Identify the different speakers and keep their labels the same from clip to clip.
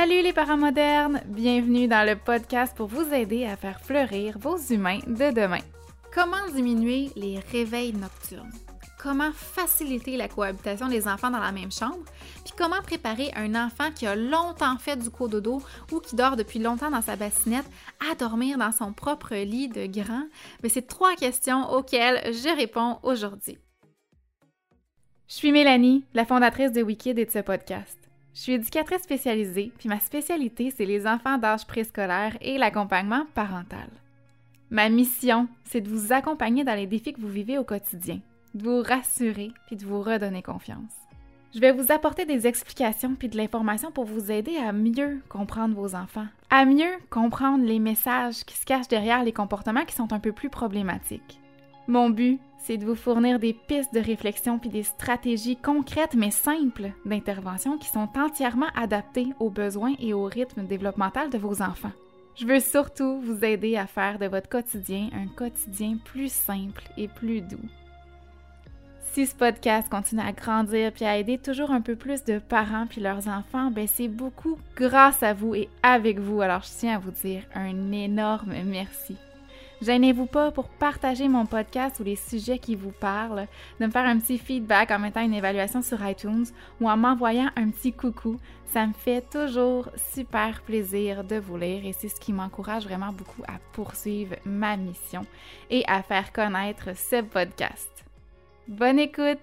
Speaker 1: Salut les parents modernes! Bienvenue dans le podcast pour vous aider à faire fleurir vos humains de demain. Comment diminuer les réveils nocturnes? Comment faciliter la cohabitation des enfants dans la même chambre? Puis comment préparer un enfant qui a longtemps fait du cododo ou qui dort depuis longtemps dans sa bassinette à dormir dans son propre lit de grand? Mais c'est 3 questions auxquelles je réponds aujourd'hui. Je suis Mélanie, la fondatrice de Wicked et de ce podcast. Je suis éducatrice spécialisée, puis ma spécialité, c'est les enfants d'âge préscolaire et l'accompagnement parental. Ma mission, c'est de vous accompagner dans les défis que vous vivez au quotidien, de vous rassurer puis de vous redonner confiance. Je vais vous apporter des explications puis de l'information pour vous aider à mieux comprendre vos enfants, à mieux comprendre les messages qui se cachent derrière les comportements qui sont un peu plus problématiques. Mon but, c'est de vous fournir des pistes de réflexion puis des stratégies concrètes mais simples d'intervention qui sont entièrement adaptées aux besoins et au rythme développemental de vos enfants. Je veux surtout vous aider à faire de votre quotidien un quotidien plus simple et plus doux. Si ce podcast continue à grandir puis à aider toujours un peu plus de parents puis leurs enfants, c'est beaucoup grâce à vous et avec vous. Alors je tiens à vous dire un énorme merci. Gênez-vous pas pour partager mon podcast ou les sujets qui vous parlent, de me faire un petit feedback en mettant une évaluation sur iTunes ou en m'envoyant un petit coucou. Ça me fait toujours super plaisir de vous lire et c'est ce qui m'encourage vraiment beaucoup à poursuivre ma mission et à faire connaître ce podcast. Bonne écoute!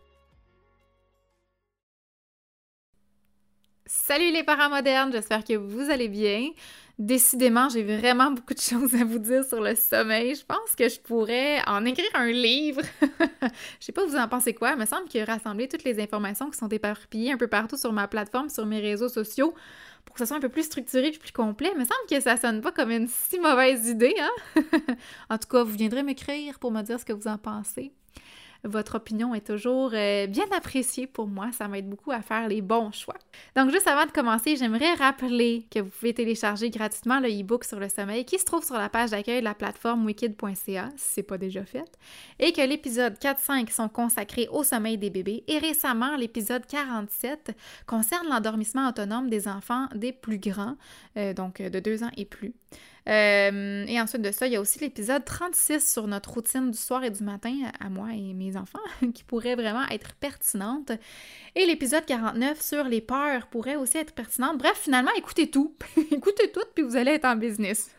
Speaker 1: Salut les parents modernes, j'espère que vous allez bien. Décidément, j'ai vraiment beaucoup de choses à vous dire sur le sommeil. Je pense que je pourrais en écrire un livre. Je sais pas vous en pensez quoi, il me semble que rassembler toutes les informations qui sont éparpillées un peu partout sur ma plateforme, sur mes réseaux sociaux, pour que ça soit un peu plus structuré et plus complet, il me semble que ça sonne pas comme une si mauvaise idée, hein? En tout cas, vous viendrez m'écrire pour me dire ce que vous en pensez. Votre opinion est toujours bien appréciée pour moi, ça m'aide beaucoup à faire les bons choix. Donc juste avant de commencer, j'aimerais rappeler que vous pouvez télécharger gratuitement le e-book sur le sommeil qui se trouve sur la page d'accueil de la plateforme wicked.ca, si c'est pas déjà fait, et que l'épisode 4-5 sont consacrés au sommeil des bébés et récemment l'épisode 47 concerne l'endormissement autonome des enfants des plus grands, donc de 2 ans et plus. Et ensuite de ça, il y a aussi l'épisode 36 sur notre routine du soir et du matin à moi et mes enfants qui pourrait vraiment être pertinente. Et l'épisode 49 sur les peurs pourrait aussi être pertinente. Bref, finalement, écoutez tout. Écoutez tout, puis vous allez être en business.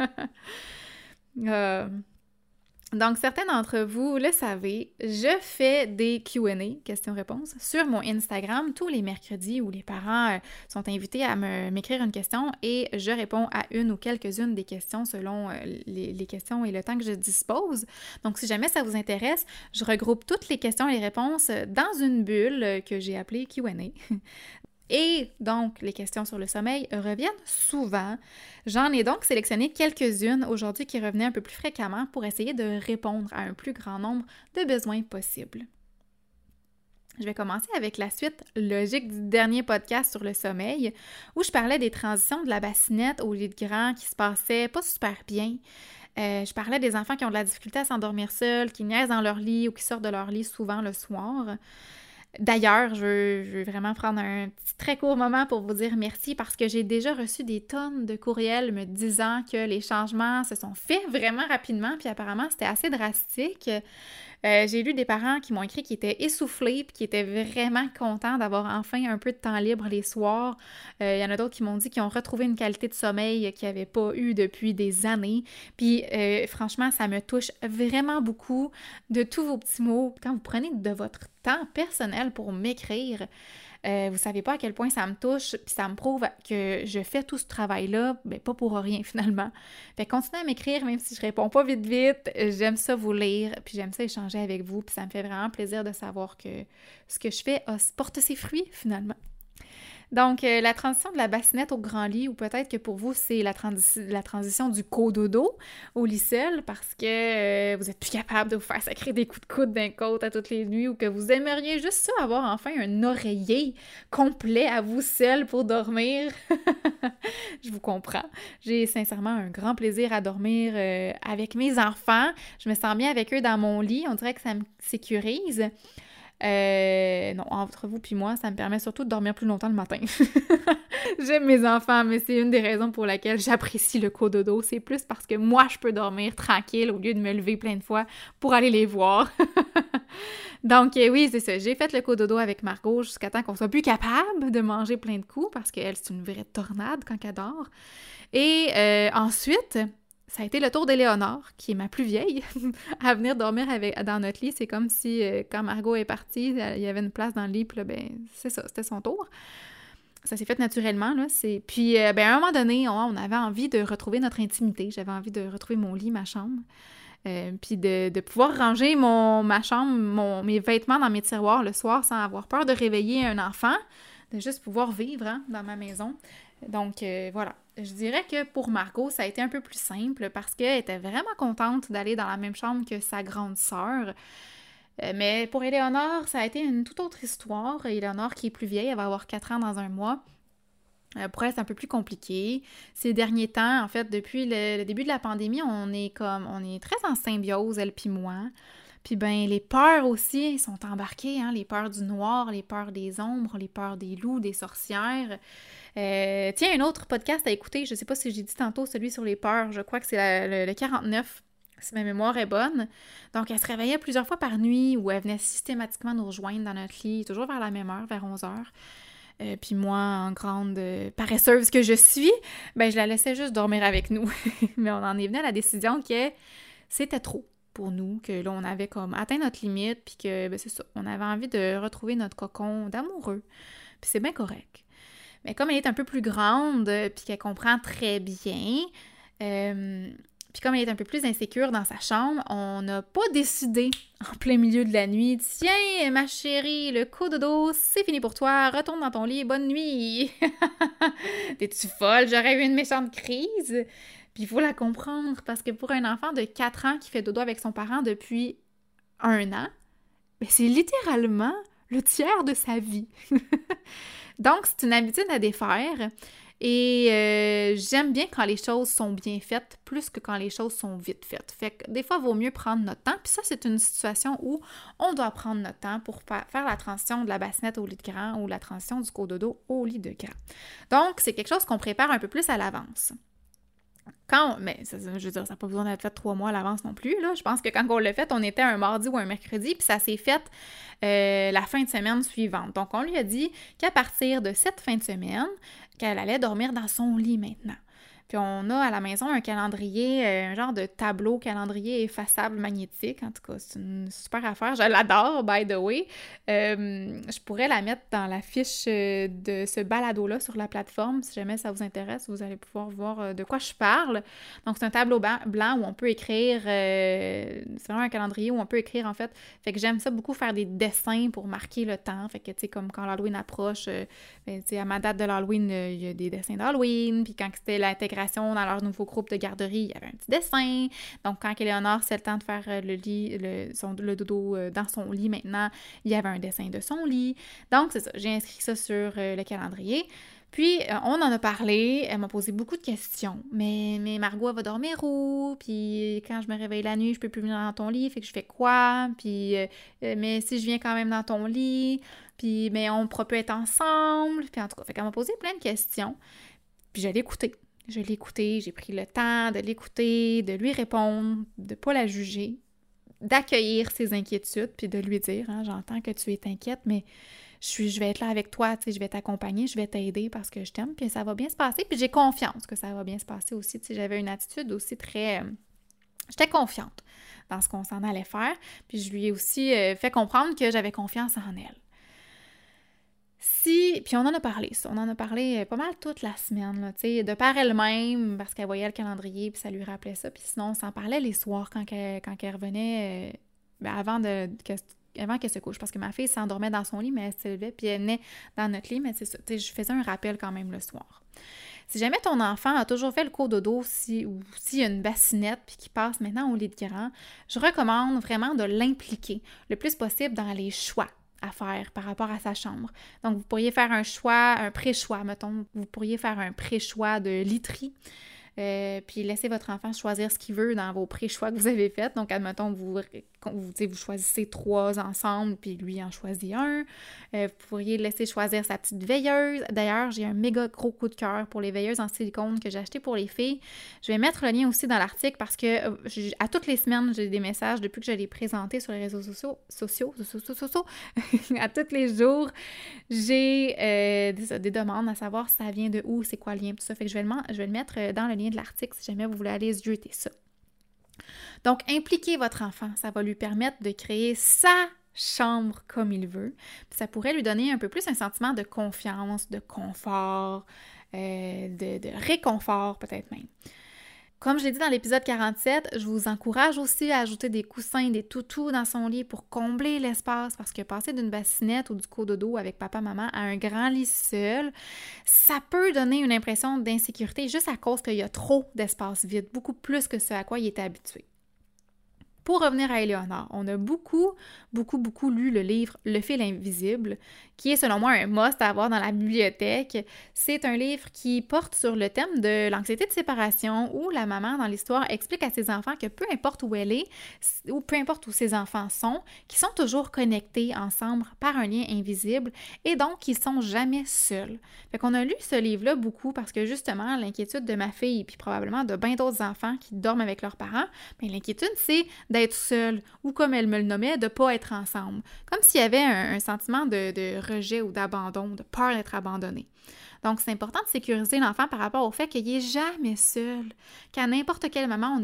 Speaker 1: Donc, certains d'entre vous le savez, je fais des Q&A, questions-réponses, sur mon Instagram tous les mercredis où les parents sont invités à m'écrire une question et je réponds à une ou quelques-unes des questions selon les questions et le temps que je dispose. Donc, si jamais ça vous intéresse, je regroupe toutes les questions et les réponses dans une bulle que j'ai appelée Q&A. Et donc, les questions sur le sommeil reviennent souvent. J'en ai donc sélectionné quelques-unes aujourd'hui qui revenaient un peu plus fréquemment pour essayer de répondre à un plus grand nombre de besoins possibles. Je vais commencer avec la suite logique du dernier podcast sur le sommeil où je parlais des transitions de la bassinette au lit de grand qui se passaient pas super bien. Je parlais des enfants qui ont de la difficulté à s'endormir seuls, qui niaisent dans leur lit ou qui sortent de leur lit souvent le soir. D'ailleurs, je veux vraiment prendre un petit très court moment pour vous dire merci parce que j'ai déjà reçu des tonnes de courriels me disant que les changements se sont faits vraiment rapidement puis apparemment c'était assez drastique. J'ai lu des parents qui m'ont écrit qui étaient essoufflés puis qui étaient vraiment contents d'avoir enfin un peu de temps libre les soirs. Il y en a d'autres qui m'ont dit qu'ils ont retrouvé une qualité de sommeil qu'ils n'avaient pas eu depuis des années. Puis franchement, ça me touche vraiment beaucoup de tous vos petits mots. Quand vous prenez de votre temps personnel pour m'écrire, vous savez pas à quel point ça me touche, puis ça me prouve que je fais tout ce travail-là, pas pour rien finalement. Fait continuez à m'écrire, même si je réponds pas vite, j'aime ça vous lire, puis j'aime ça échanger avec vous, puis ça me fait vraiment plaisir de savoir que ce que je fais porte ses fruits finalement. Donc, la transition de la bassinette au grand lit, ou peut-être que pour vous, c'est la transition du cododo au lit seul parce que vous êtes plus capable de vous faire sacrer des coups de coude d'un côte à toutes les nuits ou que vous aimeriez juste ça, avoir enfin un oreiller complet à vous seul pour dormir. Je vous comprends. J'ai sincèrement un grand plaisir à dormir avec mes enfants. Je me sens bien avec eux dans mon lit. On dirait que ça me sécurise. Non, entre vous puis moi, ça me permet surtout de dormir plus longtemps le matin. J'aime mes enfants, mais c'est une des raisons pour laquelle j'apprécie le cododo. C'est plus parce que moi, je peux dormir tranquille au lieu de me lever plein de fois pour aller les voir. Donc, oui, c'est ça. J'ai fait le cododo avec Margot jusqu'à temps qu'on soit plus capable de manger plein de coups parce qu'elle, c'est une vraie tornade quand elle dort. Et ensuite, ça a été le tour d'Éléonore, qui est ma plus vieille, à venir dormir dans notre lit. C'est comme si, quand Margot est partie, il y avait une place dans le lit, puis là, ben, c'est ça, c'était son tour. Ça s'est fait naturellement, là. Puis, à un moment donné, on avait envie de retrouver notre intimité. J'avais envie de retrouver mon lit, ma chambre. Puis de pouvoir ranger ma chambre, mes vêtements dans mes tiroirs le soir sans avoir peur de réveiller un enfant, de juste pouvoir vivre dans ma maison. Donc, voilà. Je dirais que pour Margot, ça a été un peu plus simple parce qu'elle était vraiment contente d'aller dans la même chambre que sa grande sœur. Mais pour Éléonore, ça a été une toute autre histoire. Éléonore, qui est plus vieille, elle va avoir 4 ans dans un mois. Pour elle, c'est un peu plus compliqué. Ces derniers temps, en fait, depuis le début de la pandémie, on est très en symbiose, elle puis moi. Puis ben, les peurs aussi sont embarquées, hein, les peurs du noir, les peurs des ombres, les peurs des loups, des sorcières. Tiens, un autre podcast à écouter, je sais pas si j'ai dit tantôt celui sur les peurs, je crois que c'est le 49, si ma mémoire est bonne. Donc, elle se réveillait plusieurs fois par nuit ou elle venait systématiquement nous rejoindre dans notre lit, toujours vers la même heure, vers 11h. Puis moi, en grande paresseuse que je suis, ben je la laissais juste dormir avec nous. Mais on en est venu à la décision que c'était trop pour nous, que là, on avait comme atteint notre limite, puis que, ben c'est ça, on avait envie de retrouver notre cocon d'amoureux. Puis c'est bien correct. Mais comme elle est un peu plus grande, puis qu'elle comprend très bien, puis comme elle est un peu plus insécure dans sa chambre, on n'a pas décidé en plein milieu de la nuit, « Tiens, ma chérie, le cododo, c'est fini pour toi, retourne dans ton lit, bonne nuit! » T'es-tu folle? J'aurais eu une méchante crise! Puis il faut la comprendre, parce que pour un enfant de 4 ans qui fait dodo avec son parent depuis 1 an, ben c'est littéralement le tiers de sa vie. Donc, c'est une habitude à défaire. Et j'aime bien quand les choses sont bien faites plus que quand les choses sont vite faites. Fait que des fois, il vaut mieux prendre notre temps. Puis ça, c'est une situation où on doit prendre notre temps pour faire la transition de la bassinette au lit de grand ou la transition du cododo au lit de grand. Donc, c'est quelque chose qu'on prépare un peu plus à l'avance. Mais je veux dire, ça n'a pas besoin d'être fait 3 mois à l'avance non plus, là. Je pense que quand on l'a fait, on était un mardi ou un mercredi, puis ça s'est fait la fin de semaine suivante. Donc, on lui a dit qu'à partir de cette fin de semaine, qu'elle allait dormir dans son lit maintenant. Puis on a à la maison un calendrier, un genre de tableau calendrier effaçable magnétique. En tout cas, c'est une super affaire. Je l'adore, by the way. Je pourrais la mettre dans la fiche de ce balado-là sur la plateforme. Si jamais ça vous intéresse, vous allez pouvoir voir de quoi je parle. Donc, c'est un tableau blanc où on peut écrire... c'est vraiment un calendrier où on peut écrire, en fait. Fait que j'aime ça beaucoup faire des dessins pour marquer le temps. Fait que, tu sais, comme quand l'Halloween approche, tu sais, à ma date de l'Halloween, il y a des dessins d'Halloween. Puis quand c'était l'intégration dans leur nouveau groupe de garderie, il y avait un petit dessin. Donc, quand Éléonore, c'est le temps de faire le dodo dans son lit maintenant, il y avait un dessin de son lit. Donc, c'est ça. J'ai inscrit ça sur le calendrier. Puis, on en a parlé. Elle m'a posé beaucoup de questions. Mais Margot, elle va dormir où? Puis, quand je me réveille la nuit, je peux plus venir dans ton lit. Fait que je fais quoi? Puis, mais si je viens quand même dans ton lit, puis, mais on pourra plus être ensemble. Puis, en tout cas, fait qu'elle m'a posé plein de questions. Puis, je l'ai écoutée. J'ai pris le temps de l'écouter, de lui répondre, de ne pas la juger, d'accueillir ses inquiétudes, puis de lui dire, hein, j'entends que tu es inquiète, mais je vais être là avec toi, tu sais, je vais t'accompagner, je vais t'aider parce que je t'aime, puis ça va bien se passer, puis j'ai confiance que ça va bien se passer aussi, tu sais, j'avais une attitude aussi très... J'étais confiante dans ce qu'on s'en allait faire, puis je lui ai aussi fait comprendre que j'avais confiance en elle. Puis on en a parlé, ça. On en a parlé pas mal toute la semaine, là, tu sais, de par elle-même, parce qu'elle voyait le calendrier, puis ça lui rappelait ça. Puis sinon, on s'en parlait les soirs quand elle revenait, avant qu'elle se couche. Parce que ma fille s'endormait dans son lit, mais elle se levait, puis elle venait dans notre lit, mais c'est ça. Tu sais, je faisais un rappel quand même le soir. Si jamais ton enfant a toujours fait le cododo, ou s'il y a une bassinette, puis qu'il passe maintenant au lit de grand, je recommande vraiment de l'impliquer le plus possible dans les choix à faire par rapport à sa chambre. Donc, vous pourriez faire un pré-choix, mettons. Vous pourriez faire un pré-choix de literie. puis laissez votre enfant choisir ce qu'il veut dans vos pré-choix que vous avez faits. Donc, admettons, vous choisissez 3 ensemble, puis lui en choisit un. Vous pourriez le laisser choisir sa petite veilleuse. D'ailleurs, j'ai un méga gros coup de cœur pour les veilleuses en silicone que j'ai acheté pour les filles. Je vais mettre le lien aussi dans l'article parce que à toutes les semaines, j'ai des messages depuis que je l'ai présenté sur les réseaux sociaux. À tous les jours, j'ai des demandes à savoir si ça vient de où, c'est quoi le lien, tout ça. Fait que je vais le mettre dans le lien de l'article si jamais vous voulez aller jeter ça. Donc, impliquez votre enfant. Ça va lui permettre de créer sa chambre comme il veut. Puis ça pourrait lui donner un peu plus un sentiment de confiance, de confort, de réconfort peut-être même. Comme je l'ai dit dans l'épisode 47, je vous encourage aussi à ajouter des coussins, des toutous dans son lit pour combler l'espace parce que passer d'une bassinette ou du cododo avec papa-maman à un grand lit seul, ça peut donner une impression d'insécurité juste à cause qu'il y a trop d'espace vide, beaucoup plus que ce à quoi il était habitué. Pour revenir à Éléonore, on a beaucoup lu le livre Le fil invisible, qui est selon moi un must à avoir dans la bibliothèque. C'est un livre qui porte sur le thème de l'anxiété de séparation où la maman dans l'histoire explique à ses enfants que peu importe où elle est ou peu importe où ses enfants sont, qu'ils sont toujours connectés ensemble par un lien invisible et donc qu'ils sont jamais seuls. Fait qu'on a lu ce livre-là beaucoup parce que justement l'inquiétude de ma fille puis probablement de bien d'autres enfants qui dorment avec leurs parents, bien l'inquiétude c'est d'être seul ou comme elle me le nommait, de pas être ensemble. Comme s'il y avait un sentiment de rejet ou d'abandon, de peur d'être abandonné. Donc, c'est important de sécuriser l'enfant par rapport au fait qu'il n'est jamais seul, qu'à n'importe quel moment,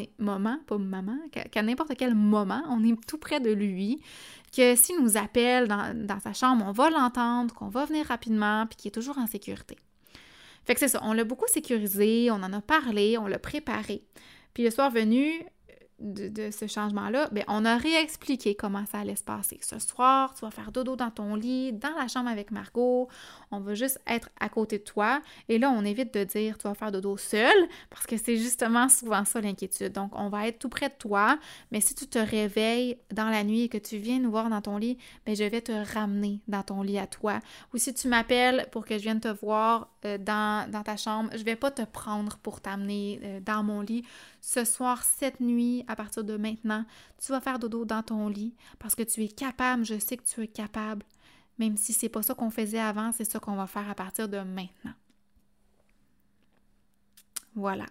Speaker 1: qu'à n'importe quel moment, on est tout près de lui, que s'il nous appelle dans sa chambre, on va l'entendre, qu'on va venir rapidement, puis qu'il est toujours en sécurité. Fait que c'est ça, on l'a beaucoup sécurisé, on en a parlé, on l'a préparé. Puis le soir venu de ce changement-là, bien, on a réexpliqué comment ça allait se passer. Ce soir, tu vas faire dodo dans ton lit, dans la chambre avec Margot, on va juste être à côté de toi, et là, on évite de dire tu vas faire dodo seul, parce que c'est justement souvent ça l'inquiétude. Donc, on va être tout près de toi, mais si tu te réveilles dans la nuit et que tu viens nous voir dans ton lit, bien, je vais te ramener dans ton lit à toi. Ou si tu m'appelles pour que je vienne te voir dans ta chambre, je vais pas te prendre pour t'amener dans mon lit. Ce soir, cette nuit, à partir de maintenant, tu vas faire dodo dans ton lit parce que tu es capable, je sais que tu es capable. Même si c'est pas ça qu'on faisait avant, c'est ça qu'on va faire à partir de maintenant. Voilà.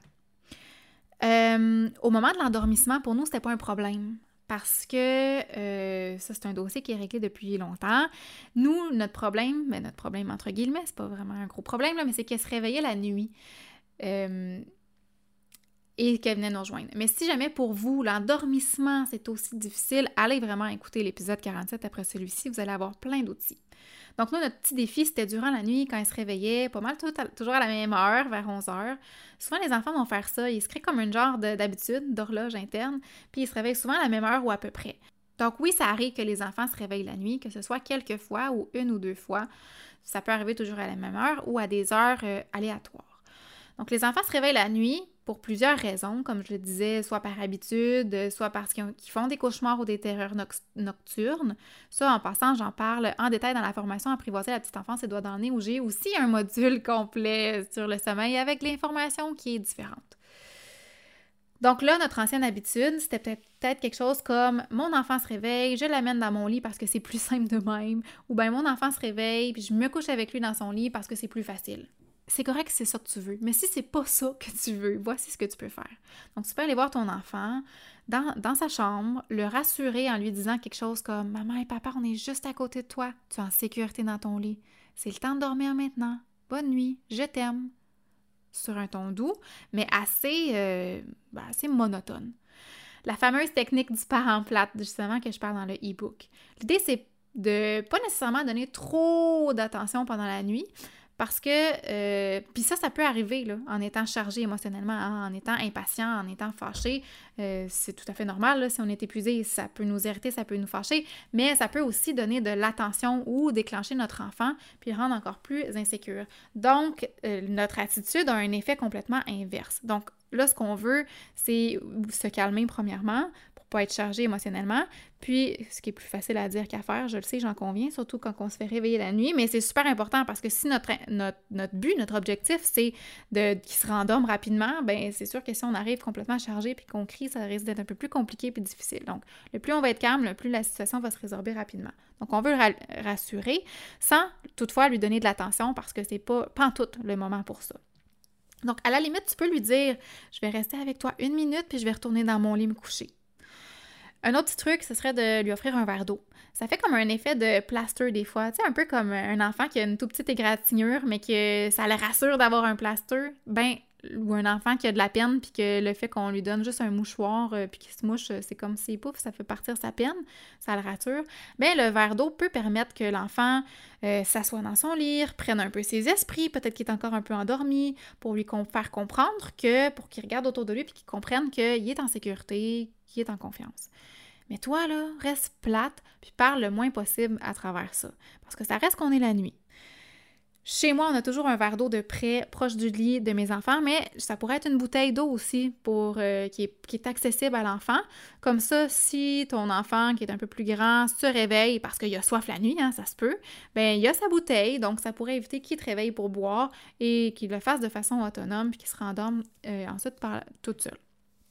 Speaker 1: Au moment de l'endormissement, pour nous, c'était pas un problème. Parce que ça, c'est un dossier qui est réglé depuis longtemps. Nous, notre problème entre guillemets, c'est pas vraiment un gros problème, là, mais c'est qu'elle se réveillait la nuit. Et qu'elle venait nous rejoindre. Mais si jamais pour vous, l'endormissement, c'est aussi difficile, allez vraiment écouter l'épisode 47 après celui-ci, vous allez avoir plein d'outils. Donc nous, notre petit défi, c'était durant la nuit, quand elle se réveillait, pas mal toujours à la même heure, vers 11h. Souvent, les enfants vont faire ça, ils se créent comme une genre d'habitude, d'horloge interne, puis ils se réveillent souvent à la même heure ou à peu près. Donc oui, ça arrive que les enfants se réveillent la nuit, que ce soit quelques fois ou une ou deux fois. Ça peut arriver toujours à la même heure ou à des heures aléatoires. Donc les enfants se réveillent la nuit, pour plusieurs raisons, comme je le disais, soit par habitude, soit parce qu'ils font des cauchemars ou des terreurs nocturnes. Ça, en passant, j'en parle en détail dans la formation Apprivoiser la petite enfance et doigts dans le nez, où j'ai aussi un module complet sur le sommeil avec l'information qui est différente. Donc là, notre ancienne habitude, c'était peut-être quelque chose comme « Mon enfant se réveille, je l'amène dans mon lit parce que c'est plus simple de même » ou bien « Mon enfant se réveille, puis je me couche avec lui dans son lit parce que c'est plus facile ». C'est correct si c'est ça que tu veux, mais si c'est pas ça que tu veux, voici ce que tu peux faire. Donc, tu peux aller voir ton enfant dans sa chambre, le rassurer en lui disant quelque chose comme « Maman et papa, on est juste à côté de toi, tu es en sécurité dans ton lit. C'est le temps de dormir maintenant. Bonne nuit, je t'aime. » Sur un ton doux, mais assez monotone. La fameuse technique du parent plate, justement, que je parle dans le e-book. L'idée, c'est de pas nécessairement donner trop d'attention pendant la nuit, parce que, puis ça peut arriver là, en étant chargé émotionnellement, hein, en étant impatient, en étant fâché. C'est tout à fait normal, là, si on est épuisé, ça peut nous irriter, ça peut nous fâcher, mais ça peut aussi donner de l'attention ou déclencher notre enfant, puis le rendre encore plus insécure. Donc, notre attitude a un effet complètement inverse. Donc, là, ce qu'on veut, c'est se calmer premièrement, pour pas être chargé émotionnellement. Puis, ce qui est plus facile à dire qu'à faire, je le sais, j'en conviens, surtout quand on se fait réveiller la nuit, mais c'est super important parce que si notre but, notre objectif, c'est qu'il se rendorme rapidement, ben c'est sûr que si on arrive complètement chargé puis qu'on crie, ça risque d'être un peu plus compliqué puis difficile. Donc, le plus on va être calme, le plus la situation va se résorber rapidement. Donc, on veut le rassurer sans toutefois lui donner de l'attention parce que c'est pas tout le moment pour ça. Donc, à la limite, tu peux lui dire « Je vais rester avec toi 1 minute puis je vais retourner dans mon lit me coucher ». Un autre petit truc, ce serait de lui offrir un verre d'eau. Ça fait comme un effet de plaster des fois. Tu sais, un peu comme un enfant qui a une toute petite égratignure, mais que ça le rassure d'avoir un plaster. Ben, ou un enfant qui a de la peine, puis que le fait qu'on lui donne juste un mouchoir, puis qu'il se mouche, c'est comme si, pouf, ça fait partir sa peine, ça le rassure. Ben, le verre d'eau peut permettre que l'enfant s'assoie dans son lit, prenne un peu ses esprits, peut-être qu'il est encore un peu endormi, pour lui faire comprendre pour qu'il regarde autour de lui, puis qu'il comprenne qu'il est en sécurité, qu'il est en confiance. Mais toi, là, reste plate, puis parle le moins possible à travers ça. Parce que ça reste qu'on est la nuit. Chez moi, on a toujours un verre d'eau de près, proche du lit de mes enfants, mais ça pourrait être une bouteille d'eau aussi qui est accessible à l'enfant. Comme ça, si ton enfant, qui est un peu plus grand, se réveille parce qu'il a soif la nuit, hein, ça se peut, bien, il a sa bouteille, donc ça pourrait éviter qu'il te réveille pour boire et qu'il le fasse de façon autonome puis qu'il se rendorme ensuite toute seule.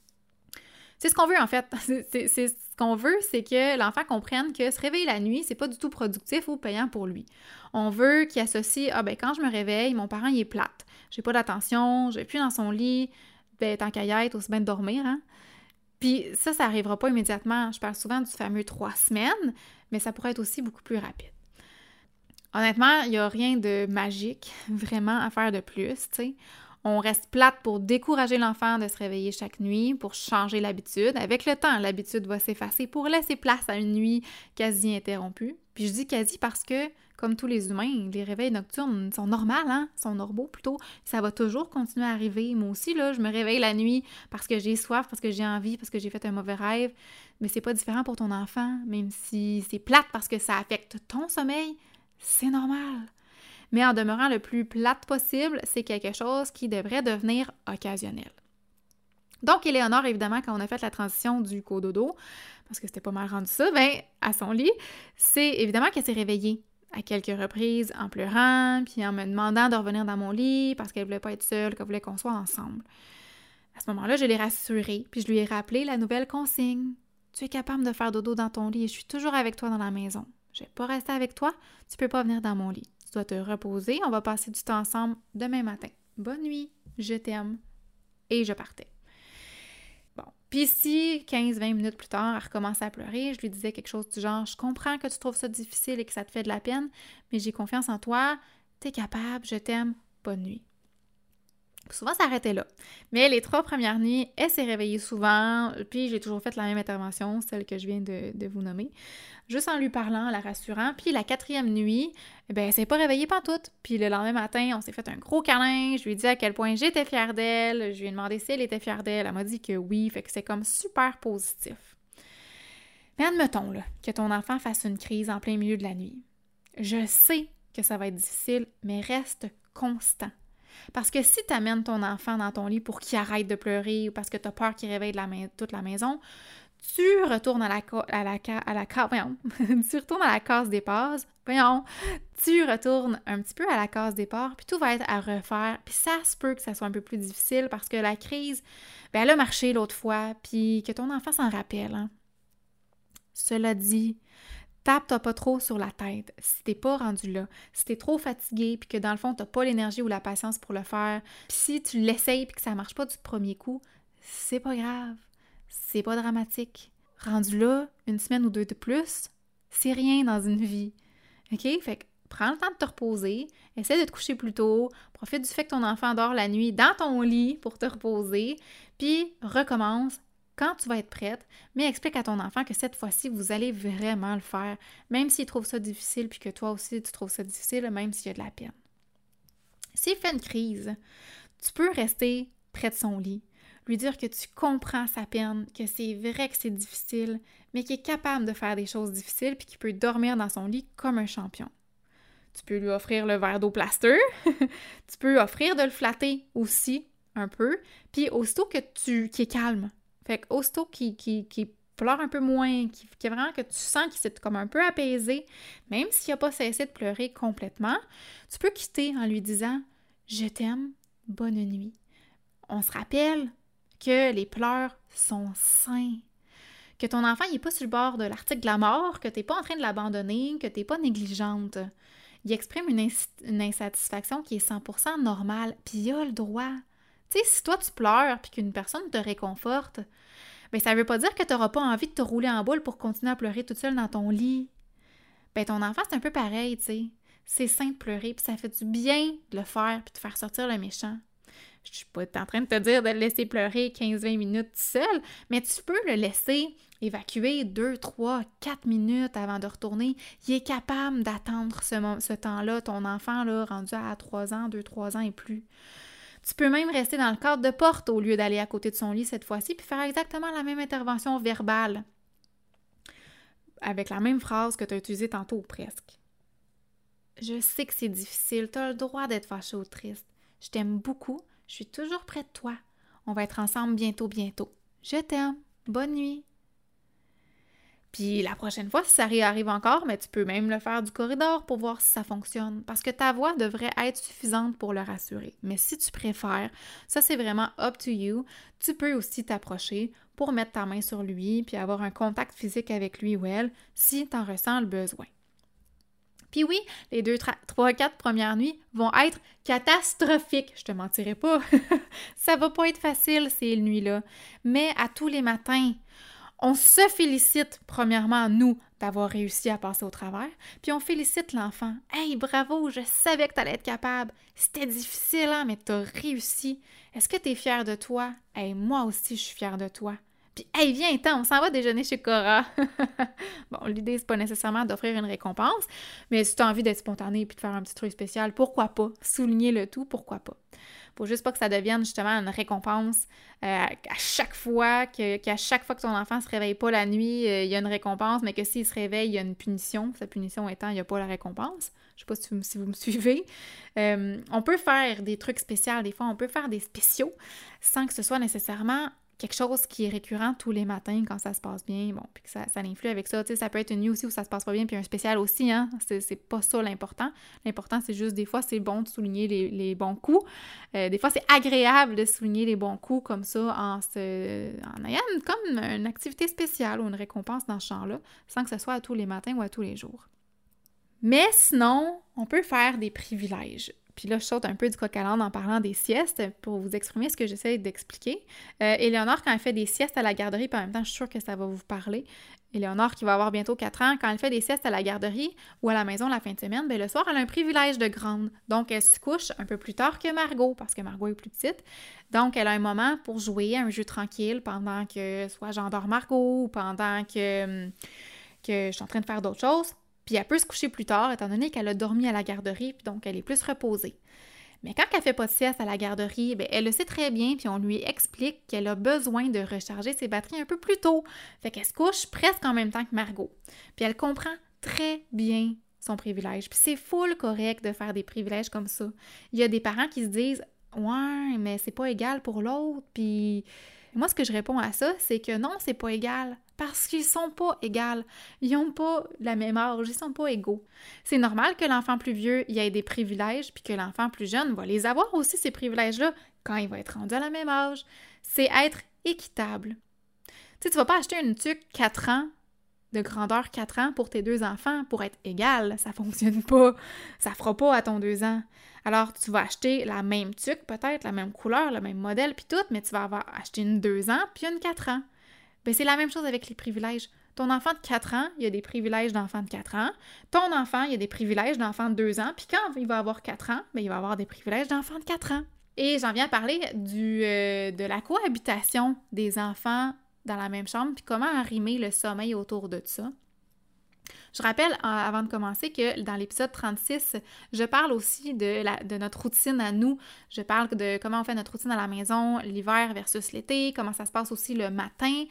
Speaker 1: C'est ce qu'on veut, en fait. C'est ce qu'on veut, c'est que l'enfant comprenne que se réveiller la nuit, c'est pas du tout productif ou payant pour lui. On veut qu'il associe « Ah, ben quand je me réveille, mon parent, il est plate. J'ai pas d'attention, je vais plus dans son lit. Ben, tant qu'à y être, aussi bien de dormir, hein? » Puis ça arrivera pas immédiatement. Je parle souvent du fameux 3 semaines, mais ça pourrait être aussi beaucoup plus rapide. Honnêtement, il n'y a rien de magique, vraiment, à faire de plus, tu sais. On reste plate pour décourager l'enfant de se réveiller chaque nuit, pour changer l'habitude. Avec le temps, l'habitude va s'effacer pour laisser place à une nuit quasi interrompue. Puis je dis quasi parce que, comme tous les humains, les réveils nocturnes sont normaux, hein? Sont normaux plutôt. Ça va toujours continuer à arriver. Moi aussi, là, je me réveille la nuit parce que j'ai soif, parce que j'ai envie, parce que j'ai fait un mauvais rêve. Mais c'est pas différent pour ton enfant, même si c'est plate parce que ça affecte ton sommeil, c'est normal. Mais en demeurant le plus plate possible, c'est quelque chose qui devrait devenir occasionnel. Donc, Éléonore, évidemment, quand on a fait la transition du cododo, parce que c'était pas mal rendu ça, ben à son lit, c'est évidemment qu'elle s'est réveillée à quelques reprises en pleurant, puis en me demandant de revenir dans mon lit parce qu'elle voulait pas être seule, qu'elle voulait qu'on soit ensemble. À ce moment-là, je l'ai rassurée, puis je lui ai rappelé la nouvelle consigne. Tu es capable de faire dodo dans ton lit et je suis toujours avec toi dans la maison. Je vais pas rester avec toi, tu peux pas venir dans mon lit. Tu dois te reposer, on va passer du temps ensemble demain matin. Bonne nuit, je t'aime. Et je partais. Bon, puis si 15-20 minutes plus tard, elle recommençait à pleurer, je lui disais quelque chose du genre « Je comprends que tu trouves ça difficile et que ça te fait de la peine, mais j'ai confiance en toi, t'es capable, je t'aime, bonne nuit. » Souvent, ça arrêtait là. Mais les 3 premières nuits, elle s'est réveillée souvent, puis j'ai toujours fait la même intervention, celle que je viens de vous nommer, juste en lui parlant, en la rassurant. Puis la 4e nuit, ben elle s'est pas réveillée pantoute. Puis le lendemain matin, on s'est fait un gros câlin, je lui ai dit à quel point j'étais fière d'elle, je lui ai demandé si elle était fière d'elle, elle m'a dit que oui, fait que c'est comme super positif. Mais admettons là, que ton enfant fasse une crise en plein milieu de la nuit. Je sais que ça va être difficile, mais reste constant. Parce que si tu amènes ton enfant dans ton lit pour qu'il arrête de pleurer ou parce que tu as peur qu'il réveille toute la maison, tu retournes à la tu retournes à la case départ, tu retournes un petit peu à la case départ, puis tout va être à refaire, puis ça se peut que ça soit un peu plus difficile parce que la crise, ben elle a marché l'autre fois, puis que ton enfant s'en rappelle. Hein. Cela dit, tape-toi pas trop sur la tête si t'es pas rendu là. Si t'es trop fatigué puis que dans le fond, t'as pas l'énergie ou la patience pour le faire, puis si tu l'essayes puis que ça marche pas du premier coup, c'est pas grave. C'est pas dramatique. Rendu là, 1 semaine ou 2 de plus, c'est rien dans une vie. OK? Fait que prends le temps de te reposer, essaie de te coucher plus tôt, profite du fait que ton enfant dort la nuit dans ton lit pour te reposer, puis recommence quand tu vas être prête, mais explique à ton enfant que cette fois-ci, vous allez vraiment le faire, même s'il trouve ça difficile, puis que toi aussi, tu trouves ça difficile, même s'il y a de la peine. S'il fait une crise, tu peux rester près de son lit, lui dire que tu comprends sa peine, que c'est vrai que c'est difficile, mais qu'il est capable de faire des choses difficiles, puis qu'il peut dormir dans son lit comme un champion. Tu peux lui offrir le verre d'eau plaster, tu peux offrir de le flatter aussi, un peu, puis aussitôt qu'il est calme. Fait qu'aussitôt qu'il pleure un peu moins, qui vraiment que tu sens qu'il s'est comme un peu apaisé, même s'il n'a pas cessé de pleurer complètement, tu peux quitter en lui disant « Je t'aime, bonne nuit ». On se rappelle que les pleurs sont sains, que ton enfant n'est pas sur le bord de l'article de la mort, que tu n'es pas en train de l'abandonner, que tu n'es pas négligente. Il exprime une insatisfaction qui est 100% normale, puis il a le droit. Tu sais, si toi tu pleures puis qu'une personne te réconforte, bien ça veut pas dire que tu n'auras pas envie de te rouler en boule pour continuer à pleurer toute seule dans ton lit. Bien ton enfant, c'est un peu pareil, tu sais. C'est sain de pleurer, puis ça fait du bien de le faire puis de faire sortir le méchant. Je suis pas en train de te dire de le laisser pleurer 15-20 minutes seul, mais tu peux le laisser évacuer 2, 3, 4 minutes avant de retourner. Il est capable d'attendre ce temps-là, ton enfant là, rendu à 3 ans, 2-3 ans et plus. Tu peux même rester dans le cadre de porte au lieu d'aller à côté de son lit cette fois-ci puis faire exactement la même intervention verbale avec la même phrase que tu as utilisée tantôt ou presque. Je sais que c'est difficile, tu as le droit d'être fâché ou triste. Je t'aime beaucoup. Je suis toujours près de toi. On va être ensemble bientôt. Je t'aime. Bonne nuit. Puis la prochaine fois, si ça arrive encore, mais tu peux même le faire du corridor pour voir si ça fonctionne. Parce que ta voix devrait être suffisante pour le rassurer. Mais si tu préfères, ça c'est vraiment up to you. Tu peux aussi t'approcher pour mettre ta main sur lui puis avoir un contact physique avec lui ou elle si tu en ressens le besoin. Puis oui, les 2, 3, 4 premières nuits vont être catastrophiques. Je te mentirai pas. Ça va pas être facile ces nuits-là. Mais à tous les matins, on se félicite premièrement, nous, d'avoir réussi à passer au travers. Puis on félicite l'enfant. « Hey, bravo, je savais que tu allais être capable. C'était difficile, hein, mais tu as réussi. Est-ce que tu es fière de toi? Hey, moi aussi, je suis fière de toi. » Puis, hey, viens, on s'en va déjeuner chez Cora. Bon, l'idée, c'est pas nécessairement d'offrir une récompense, mais si tu as envie d'être spontané et de faire un petit truc spécial, pourquoi pas? Souligner le tout, pourquoi pas? Faut juste pas que ça devienne justement une récompense à chaque fois, qu'à chaque fois que ton enfant se réveille pas la nuit, il y a une récompense, mais que s'il se réveille, il y a une punition. Sa punition étant, il n'y a pas la récompense. Je sais pas si vous me suivez. On peut faire des trucs spéciaux, des fois, on peut faire des spéciaux sans que ce soit nécessairement quelque chose qui est récurrent tous les matins quand ça se passe bien, bon, puis que ça influe avec ça, tu sais, ça peut être une nuit aussi où ça se passe pas bien, puis un spécial aussi, hein, c'est pas ça l'important. L'important, c'est juste, des fois, c'est bon de souligner les bons coups. Des fois, c'est agréable de souligner les bons coups comme ça, en ayant comme une activité spéciale ou une récompense dans ce genre-là, sans que ce soit à tous les matins ou à tous les jours. Mais sinon, on peut faire des privilèges. Puis là, je saute un peu du coq à l'âne en parlant des siestes pour vous exprimer ce que j'essaie d'expliquer. Éléonore, quand elle fait des siestes à la garderie, puis en même temps, je suis sûre que ça va vous parler. Éléonore, qui va avoir bientôt 4 ans, quand elle fait des siestes à la garderie ou à la maison la fin de semaine, bien, le soir, elle a un privilège de grande. Donc, elle se couche un peu plus tard que Margot, parce que Margot est plus petite. Donc, elle a un moment pour jouer à un jeu tranquille pendant que soit j'endors Margot ou pendant que je suis en train de faire d'autres choses. Puis elle peut se coucher plus tard, étant donné qu'elle a dormi à la garderie, puis donc elle est plus reposée. Mais quand elle fait pas de sieste à la garderie, bien, elle le sait très bien, puis on lui explique qu'elle a besoin de recharger ses batteries un peu plus tôt. Fait qu'elle se couche presque en même temps que Margot. Puis elle comprend très bien son privilège. Puis c'est full correct de faire des privilèges comme ça. Il y a des parents qui se disent « Ouais, mais c'est pas égal pour l'autre. » Puis moi, ce que je réponds à ça, c'est que non, c'est pas égal. Parce qu'ils sont pas égaux. Ils n'ont pas la même âge, ils sont pas égaux. C'est normal que l'enfant plus vieux y ait des privilèges, puis que l'enfant plus jeune va les avoir aussi, ces privilèges-là, quand il va être rendu à la même âge. C'est être équitable. Tu sais, tu vas pas acheter une tuque 4 ans, de grandeur 4 ans pour tes 2 enfants pour être égal. Ça fonctionne pas. Ça fera pas à ton 2 ans. Alors, tu vas acheter la même tuque, peut-être, la même couleur, le même modèle, puis tout, mais tu vas avoir acheté une 2 ans, puis une 4 ans. Bien, c'est la même chose avec les privilèges. Ton enfant de 4 ans, il y a des privilèges d'enfant de 4 ans. Ton enfant, il y a des privilèges d'enfant de 2 ans. Puis quand il va avoir 4 ans, bien, il va avoir des privilèges d'enfant de 4 ans. Et j'en viens à parler de la cohabitation des enfants dans la même chambre, puis comment arrimer le sommeil autour de ça. Je rappelle, avant de commencer, que dans l'épisode 36, je parle aussi de notre routine à nous. Je parle de comment on fait notre routine à la maison, l'hiver versus l'été, comment ça se passe aussi le matin,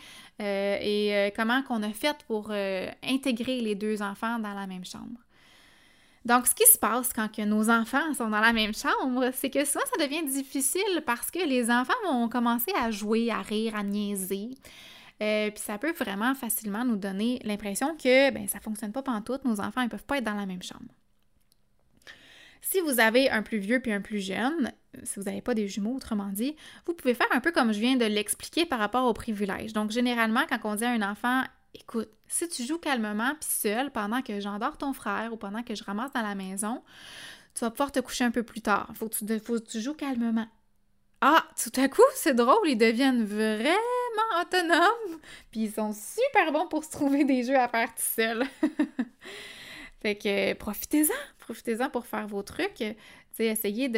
Speaker 1: et comment qu'on a fait pour intégrer les 2 enfants dans la même chambre. Donc, ce qui se passe quand que nos enfants sont dans la même chambre, c'est que souvent, ça devient difficile parce que les enfants vont commencer à jouer, à rire, à niaiser. Puis ça peut vraiment facilement nous donner l'impression que ça fonctionne pas pantoute, nos enfants ils peuvent pas être dans la même chambre. Si vous avez un plus vieux puis un plus jeune, si vous n'avez pas des jumeaux, autrement dit, vous pouvez faire un peu comme je viens de l'expliquer par rapport aux privilèges. Donc, généralement, quand on dit à un enfant, écoute, si tu joues calmement puis seul pendant que j'endors ton frère ou pendant que je ramasse dans la maison, tu vas pouvoir te coucher un peu plus tard. Faut que tu joues calmement. Ah, tout à coup, c'est drôle, ils deviennent vraiment autonomes, puis ils sont super bons pour se trouver des jeux à faire tout seuls. Fait que profitez-en pour faire vos trucs. Tu sais, essayez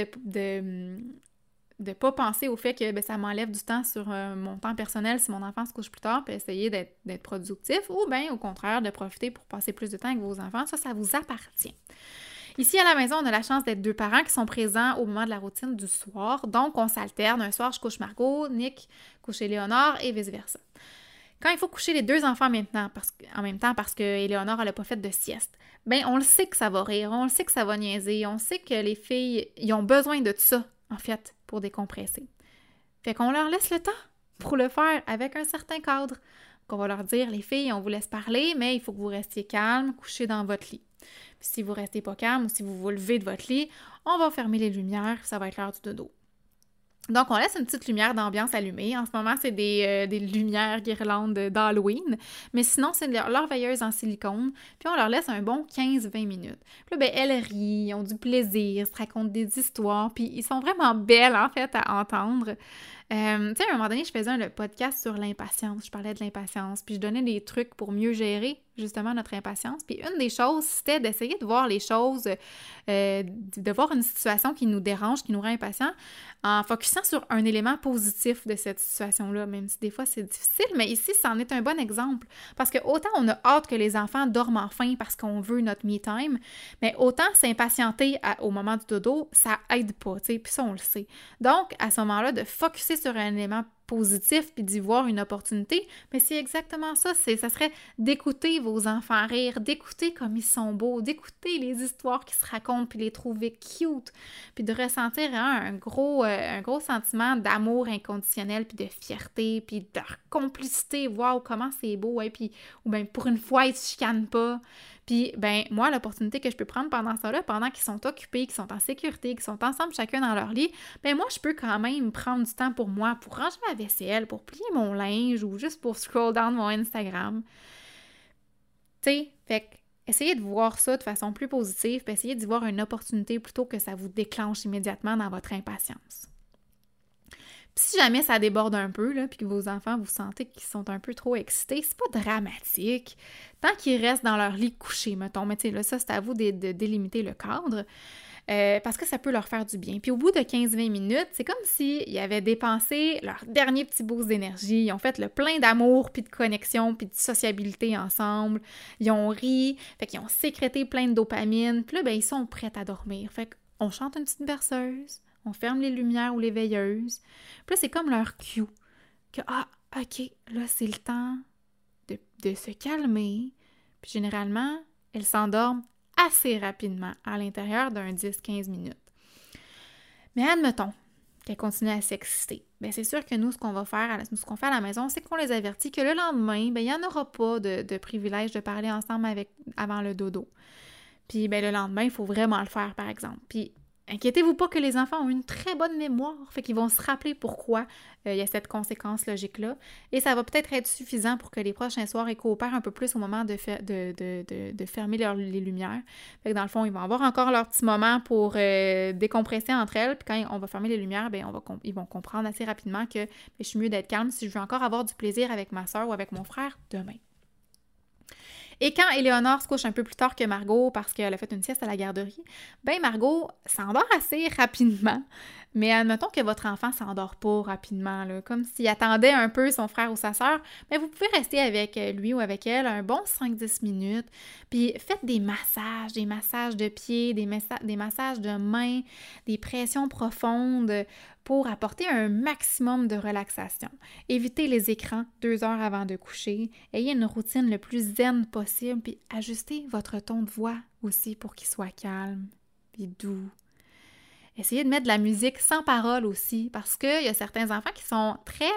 Speaker 1: de pas penser au fait que ça m'enlève du temps sur mon temps personnel si mon enfant se couche plus tard, puis essayez d'être productif, ou bien au contraire, de profiter pour passer plus de temps avec vos enfants. Ça vous appartient. Ici, à la maison, on a la chance d'être 2 parents qui sont présents au moment de la routine du soir. Donc, on s'alterne. Un soir, je couche Margot, Nick couche Éléonore et vice-versa. Quand il faut coucher les 2 enfants en même temps parce que Éléonore, elle n'a pas fait de sieste, on le sait que ça va rire, on le sait que ça va niaiser, on sait que les filles, ils ont besoin de ça, en fait, pour décompresser. Fait qu'on leur laisse le temps pour le faire avec un certain cadre. Donc, on va leur dire, les filles, on vous laisse parler, mais il faut que vous restiez calmes, couchés dans votre lit. Puis si vous restez pas calme ou si vous vous levez de votre lit, on va fermer les lumières, ça va être l'heure du dodo. Donc, on laisse une petite lumière d'ambiance allumée. En ce moment, c'est des lumières guirlandes d'Halloween. Mais sinon, c'est leur veilleuse en silicone. Puis on leur laisse un bon 15-20 minutes. Puis là, elles rient, ils ont du plaisir, se racontent des histoires. Puis ils sont vraiment belles, en fait, à entendre. Tu sais, à un moment donné, je faisais un podcast sur l'impatience. Je parlais de l'impatience. Puis je donnais des trucs pour mieux gérer, justement, notre impatience. Puis une des choses, c'était d'essayer de voir les choses, de voir une situation qui nous dérange, qui nous rend impatients, en focusant sur un élément positif de cette situation-là, même si des fois c'est difficile, mais ici, ça en est un bon exemple. Parce que autant on a hâte que les enfants dorment enfin parce qu'on veut notre me-time, mais autant s'impatienter au moment du dodo, ça aide pas, tu sais, puis ça, on le sait. Donc, à ce moment-là, de focusser sur un élément positif puis d'y voir une opportunité, mais c'est exactement ça. Ça serait d'écouter vos enfants rire, d'écouter comme ils sont beaux, d'écouter les histoires qui se racontent puis les trouver cute, puis de ressentir un gros sentiment d'amour inconditionnel puis de fierté puis de complicité. Waouh, comment c'est beau, ouais, puis ou bien pour une fois ils se chicanent pas. Puis, moi, l'opportunité que je peux prendre pendant ça là, pendant qu'ils sont occupés, qu'ils sont en sécurité, qu'ils sont ensemble chacun dans leur lit, moi, je peux quand même prendre du temps pour moi, pour ranger ma vaisselle, pour plier mon linge ou juste pour scroll down mon Instagram. Tu sais, fait que essayez de voir ça de façon plus positive, puis essayez d'y voir une opportunité plutôt que ça vous déclenche immédiatement dans votre impatience. Puis si jamais ça déborde un peu, là, puis que vos enfants, vous sentez qu'ils sont un peu trop excités, c'est pas dramatique. Tant qu'ils restent dans leur lit couché, mettons. Mais tu sais, là, ça, c'est à vous de délimiter le cadre. Parce que ça peut leur faire du bien. Puis au bout de 15-20 minutes, c'est comme s'ils avaient dépensé leur dernier petit boost d'énergie. Ils ont fait le plein d'amour, puis de connexion, puis de sociabilité ensemble. Ils ont ri, fait qu'ils ont sécrété plein de dopamine. Puis là, ils sont prêts à dormir. Fait qu'on chante une petite berceuse, on ferme les lumières ou les veilleuses. Puis là, c'est comme leur cue. Que, OK, là, c'est le temps de se calmer. Puis généralement, elles s'endorment assez rapidement, à l'intérieur d'un 10-15 minutes. Mais admettons qu'elles continuent à s'exciter. C'est sûr que nous, ce qu'on fait à la maison, c'est qu'on les avertit que le lendemain, il n'y en aura pas de privilège de parler ensemble avant le dodo. Puis le lendemain, il faut vraiment le faire, par exemple. Puis inquiétez-vous pas que les enfants ont une très bonne mémoire, fait qu'ils vont se rappeler pourquoi il y a cette conséquence logique-là. Et ça va peut-être être suffisant pour que les prochains soirs, ils coopèrent un peu plus au moment de fermer les lumières. Fait que dans le fond, ils vont avoir encore leur petit moment pour décompresser entre elles. Puis quand on va fermer les lumières, ils vont comprendre assez rapidement que je suis mieux d'être calme si je veux encore avoir du plaisir avec ma soeur ou avec mon frère demain. Et quand Éléonore se couche un peu plus tard que Margot parce qu'elle a fait une sieste à la garderie, Margot s'endort assez rapidement. Mais admettons que votre enfant s'endort pas rapidement, là, comme s'il attendait un peu son frère ou sa sœur, vous pouvez rester avec lui ou avec elle un bon 5-10 minutes, puis faites des massages de pieds, des massages de mains, des pressions profondes pour apporter un maximum de relaxation. Évitez les écrans 2 heures avant de coucher, ayez une routine le plus zen possible, puis ajustez votre ton de voix aussi pour qu'il soit calme, puis doux. Essayez de mettre de la musique sans parole aussi, parce qu'il y a certains enfants qui sont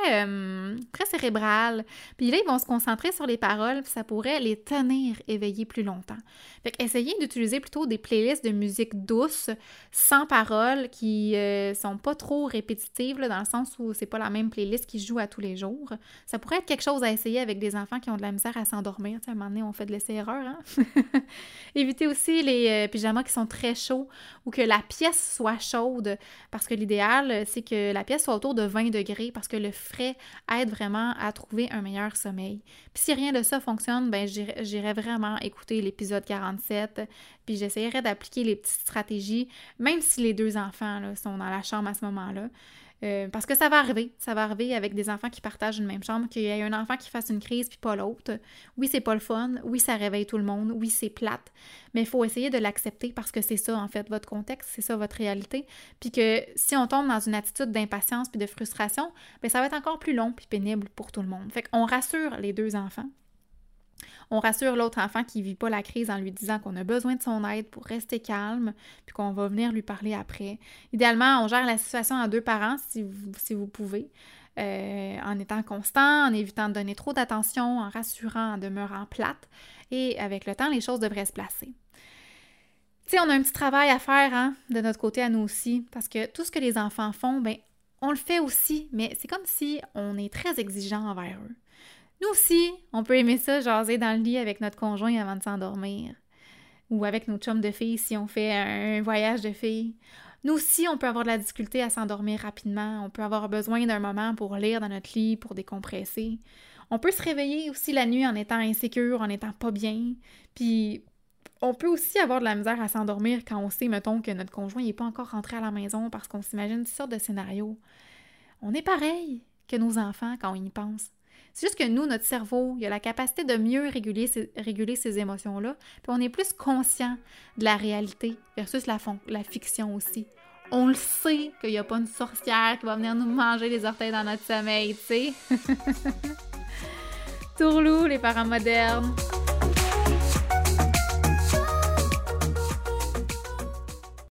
Speaker 1: très cérébrales, puis là, ils vont se concentrer sur les paroles, puis ça pourrait les tenir éveillés plus longtemps. Fait qu'essayez d'utiliser plutôt des playlists de musique douce, sans parole, qui sont pas trop répétitives, là, dans le sens où c'est pas la même playlist qui joue à tous les jours. Ça pourrait être quelque chose à essayer avec des enfants qui ont de la misère à s'endormir. Tu sais, à un moment donné, on fait de l'essai-erreur, hein? Évitez aussi les pyjamas qui sont très chauds ou que la pièce soit chaude, parce que l'idéal, c'est que la pièce soit autour de 20 degrés, parce que le frais aide vraiment à trouver un meilleur sommeil. Puis si rien de ça fonctionne, ben j'irai vraiment écouter l'épisode 47, puis j'essaierai d'appliquer les petites stratégies, même si les deux enfants là, sont dans la chambre à ce moment-là. Parce que ça va arriver avec des enfants qui partagent une même chambre, qu'il y ait un enfant qui fasse une crise puis pas l'autre. Oui, c'est pas le fun, oui, ça réveille tout le monde, oui, c'est plate, mais il faut essayer de l'accepter parce que c'est ça, en fait, votre contexte, c'est ça, votre réalité, puis que si on tombe dans une attitude d'impatience puis de frustration, bien, ça va être encore plus long puis pénible pour tout le monde. Fait qu'on rassure les deux enfants. On rassure l'autre enfant qui ne vit pas la crise en lui disant qu'on a besoin de son aide pour rester calme, puis qu'on va venir lui parler après. Idéalement, on gère la situation à deux parents si vous pouvez, en étant constant, en évitant de donner trop d'attention, en rassurant, en demeurant plate. Et avec le temps, les choses devraient se placer. Tu sais, on a un petit travail à faire hein, de notre côté à nous aussi, parce que tout ce que les enfants font, ben on le fait aussi, mais c'est comme si on est très exigeant envers eux. Nous aussi, on peut aimer ça, jaser dans le lit avec notre conjoint avant de s'endormir. Ou avec nos chums de filles si on fait un voyage de filles. Nous aussi, on peut avoir de la difficulté à s'endormir rapidement. On peut avoir besoin d'un moment pour lire dans notre lit, pour décompresser. On peut se réveiller aussi la nuit en étant insécure, en étant pas bien. Puis, on peut aussi avoir de la misère à s'endormir quand on sait, mettons, que notre conjoint n'est pas encore rentré à la maison parce qu'on s'imagine toutes sortes de scénarios. On est pareil que nos enfants quand on y pense. C'est juste que nous, notre cerveau, il a la capacité de mieux réguler ces émotions-là, puis on est plus conscient de la réalité versus la fiction aussi. On le sait qu'il n'y a pas une sorcière qui va venir nous manger les orteils dans notre sommeil, tu sais. Tourlou, les parents modernes.